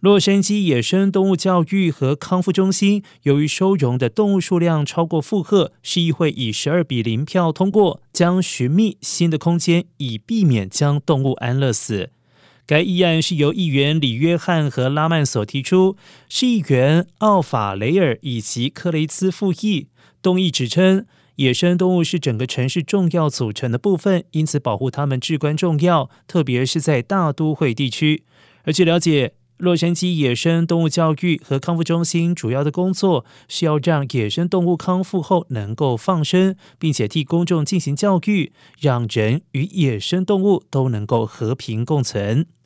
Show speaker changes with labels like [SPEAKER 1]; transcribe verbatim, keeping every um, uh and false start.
[SPEAKER 1] 洛杉矶野生动物教育和康复中心由于收容的动物数量超过负荷，市议会以十二比零票通过，将寻觅新的空间，以避免将动物安乐死。该议案是由议员李约翰和拉曼所提出，市议员奥法雷尔以及克雷兹附议。动议指称，野生动物是整个城市重要组成的部分，因此保护它们至关重要，特别是在大都会地区。而据了解，洛杉矶野生动物教育和康复中心主要的工作是要让野生动物康复后能够放生，并且替公众进行教育，让人与野生动物都能够和平共存。